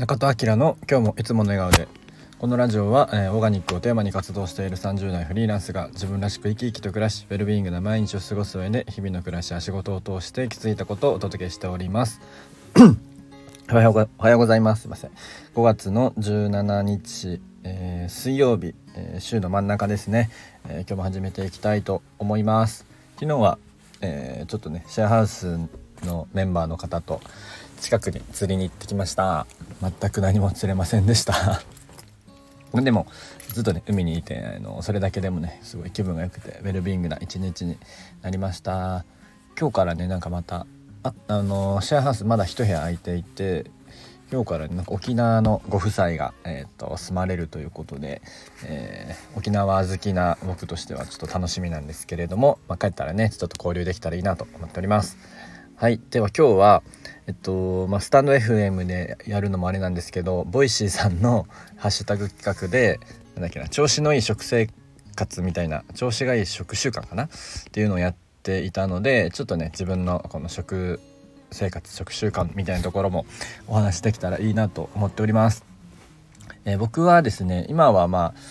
中戸明の今日もいつもの笑顔で。このラジオは、オーガニックをテーマに活動している30代フリーランスが自分らしく生き生きと暮らし、ウェルビーイングな毎日を過ごす上で日々の暮らしや仕事を通して気づいたことをお届けしておりますおはようございます。すいません。5月の17日、水曜日、週の真ん中ですね。今日も始めていきたいと思います。昨日は、ちょっとねシェアハウスのメンバーの方と近くに釣りに行ってきました。全く何も釣れませんでしたでもずっとね海にいてそれだけでもねすごい気分が良くてウェルビーイングな一日になりました。今日からねなんかまたシェアハウスまだ一部屋空いていて、今日からなんか沖縄のご夫妻が、住まれるということで、沖縄好きな僕としてはちょっと楽しみなんですけれども、帰ったらねちょっと交流できたらいいなと思っております。はい、では今日はスタンド FM でやるのもあれなんですけど、ボイシーさんのハッシュタグ企画で調子のいい食生活みたいな、調子がいい食習慣かなっていうのをやっていたので、ちょっとね自分のこの食生活食習慣みたいなところもお話できたらいいなと思っております。僕はですね今は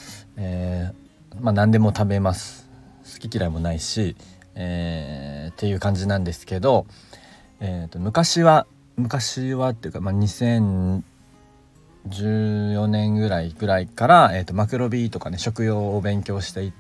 何でも食べます。好き嫌いもないし、っていう感じなんですけど、昔はっていうか、2014年ぐらいから、マクロビとかね食用を勉強していって、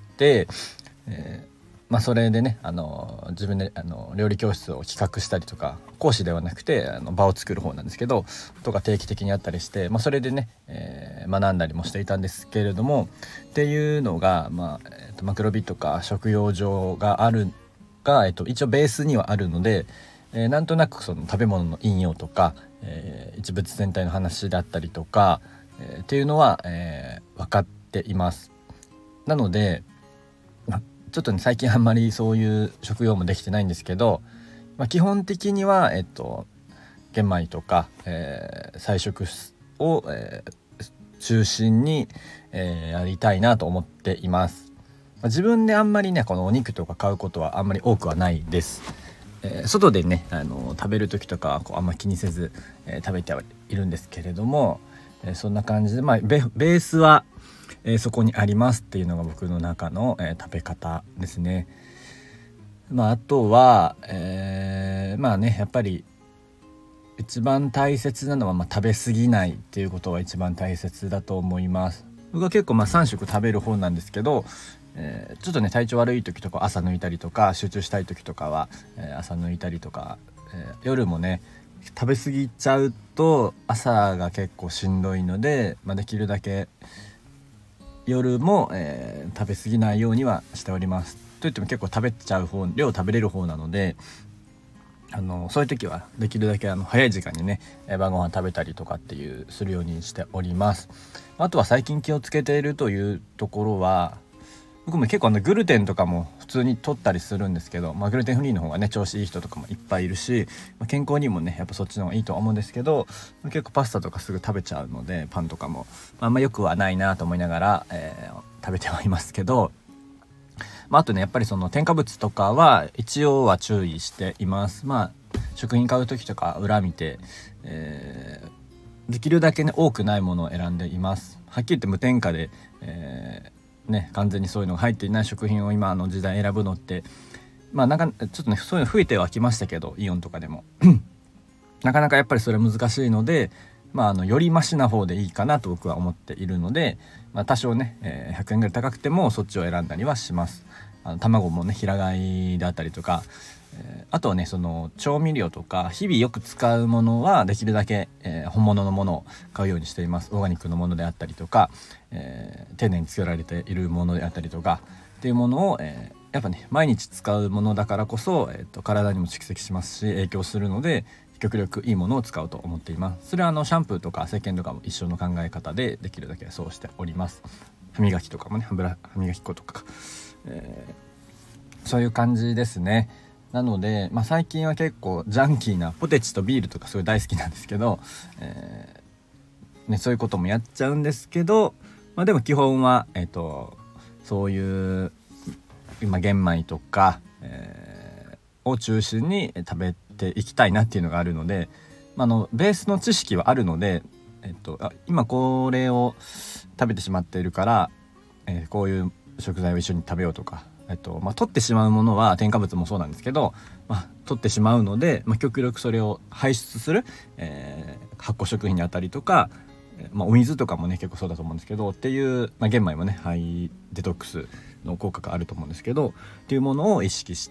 それでね自分で料理教室を企画したりとか、講師ではなくて場を作る方なんですけどとか定期的にあったりして、それでね、学んだりもしていたんですけれども、っていうのが、マクロビとか食用場があるが、一応ベースにはあるので、なんとなくその食べ物の引用とか、一物全体の話だったりとか、っていうのは、分かっています。なので、ちょっとね最近あんまりそういう食用もできてないんですけど、基本的には玄米とか、菜食を、中心に、やりたいなと思っています。自分であんまりねこのお肉とか買うことはあんまり多くはないです。外でね食べる時とかはあんま気にせず、食べてはいるんですけれども、そんな感じで、ベースは、そこにありますっていうのが僕の中の、食べ方ですね。あとは、やっぱり一番大切なのは、食べ過ぎないっていうことが一番大切だと思います。僕は結構3食食べる方なんですけど、ちょっとね体調悪い時とか朝抜いたりとか、集中したい時とかは、朝抜いたりとか、夜もね食べ過ぎちゃうと朝が結構しんどいので、できるだけ夜も、食べ過ぎないようにはしております。といっても結構食べちゃう方、量食べれる方なので、そういう時はできるだけ早い時間にね晩ご飯食べたりとかっていうするようにしております。あとは最近気をつけているというところは、僕も結構グルテンとかも普通に取ったりするんですけど、グルテンフリーの方がね調子いい人とかもいっぱいいるし、健康にもねやっぱそっちの方がいいとは思うんですけど、結構パスタとかすぐ食べちゃうので、パンとかもあんま良くはないなと思いながら、食べてはいますけど、あとねやっぱりその添加物とかは一応は注意しています。食品買う時とか裏見て、できるだけね多くないものを選んでいます。はっきり言って無添加で、完全にそういうのが入っていない食品を今の時代選ぶのってなんかちょっとねそういうの増えてはきましたけど、イオンとかでもなかなかやっぱりそれは難しいので、よりマシな方でいいかなと僕は思っているので、多少ね、100円ぐらい高くてもそっちを選んだりはします。卵もね平飼いだったりとか、あとはねその調味料とか日々よく使うものはできるだけ、本物のものを買うようにしています。オーガニックのものであったりとか、丁寧に作られているものであったりとかっていうものを、やっぱね毎日使うものだからこそ、体にも蓄積しますし影響するので、極力いいものを使うと思っています。それはシャンプーとか石鹸とかも一緒の考え方でできるだけそうしております。歯磨きとかもね歯磨き粉とか、そういう感じですね。なので、最近は結構ジャンキーなポテチとビールとかすごい大好きなんですけど、そういうこともやっちゃうんですけど、でも基本は、そういう今玄米とか、を中心に食べていきたいなっていうのがあるので、ベースの知識はあるので今これを食べてしまっているから、こういう食材を一緒に食べようとか、取ってしまうものは添加物もそうなんですけど、取ってしまうので、極力それを排出する、発酵食品にあたりとか、お水とかもね結構そうだと思うんですけどっていう、玄米もね肺デトックスの効果があると思うんですけどっていうものを意識して、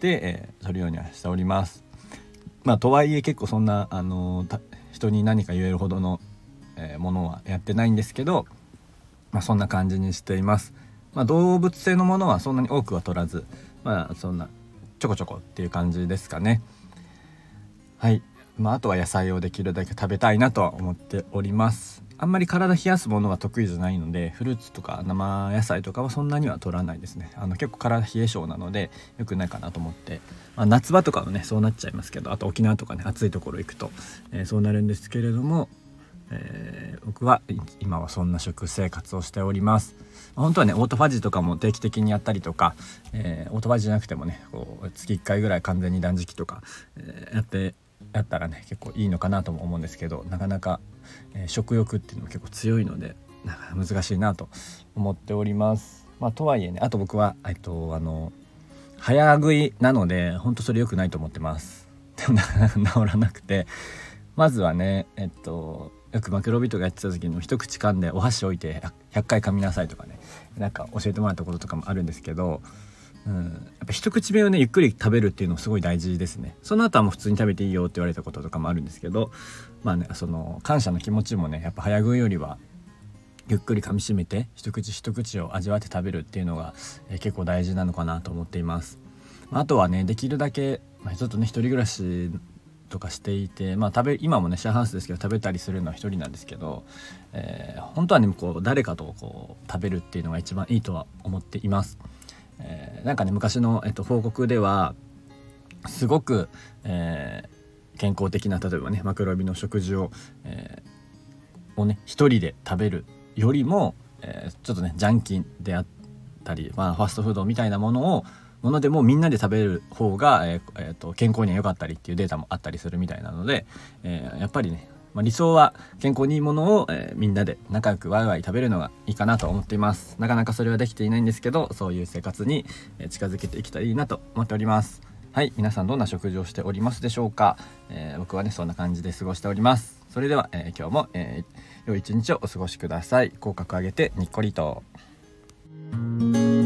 取るようにはしております。とはいえ結構そんな人に何か言えるほどの、ものはやってないんですけど、そんな感じにしています。動物性のものはそんなに多くは取らず、そんなちょこちょこっていう感じですかね。はい。あとは野菜をできるだけ食べたいなとは思っております。あんまり体冷やすものが得意じゃないので、フルーツとか生野菜とかはそんなには取らないですね。結構体冷え性なので良くないかなと思って、夏場とかはねそうなっちゃいますけど、あと沖縄とかね暑いところ行くと、そうなるんですけれども、僕は今はそんな食生活をしております。本当はねオートファジーとかも定期的にやったりとか、オートファジーじゃなくてもね月1回ぐらい完全に断食とか、やったらね結構いいのかなとも思うんですけど、なかなか、食欲っていうのも結構強いのでなかなか難しいなと思っております。とはいえね、あと僕は早食いなので本当それ良くないと思ってます。でもなかなか治らなくて、まずはねよくマクロビートがやってた時に一口噛んでお箸置いて100回噛みなさいとかねなんか教えてもらったこととかもあるんですけど、やっぱ一口目をねゆっくり食べるっていうのすごい大事ですね。その後はもう普通に食べていいよって言われたこととかもあるんですけど、その感謝の気持ちもねやっぱ早食いよりはゆっくり噛み締めて一口一口を味わって食べるっていうのが、結構大事なのかなと思っています。あとはねできるだけ、ちょっとね一人暮らしとかしていて、今もねシェアハウスですけど食べたりするのは一人なんですけど、本当はね誰かと食べるっていうのが一番いいとは思っています。なんかね昔の、報告ではすごく、健康的な例えばねマクロビの食事をね一人で食べるよりも、ちょっとねジャンキーであったり、ファストフードみたいなものでもみんなで食べる方が、健康には良かったりっていうデータもあったりするみたいなので、やっぱりね、理想は健康にいいものを、みんなで仲良くワイワイ食べるのがいいかなと思っています。なかなかそれはできていないんですけど、そういう生活に近づけていきたらいいなと思っております。はい、皆さんどんな食事をしておりますでしょうか。僕はねそんな感じで過ごしております。それでは、今日も、良い一日をお過ごしください。口角上げてにっこりと。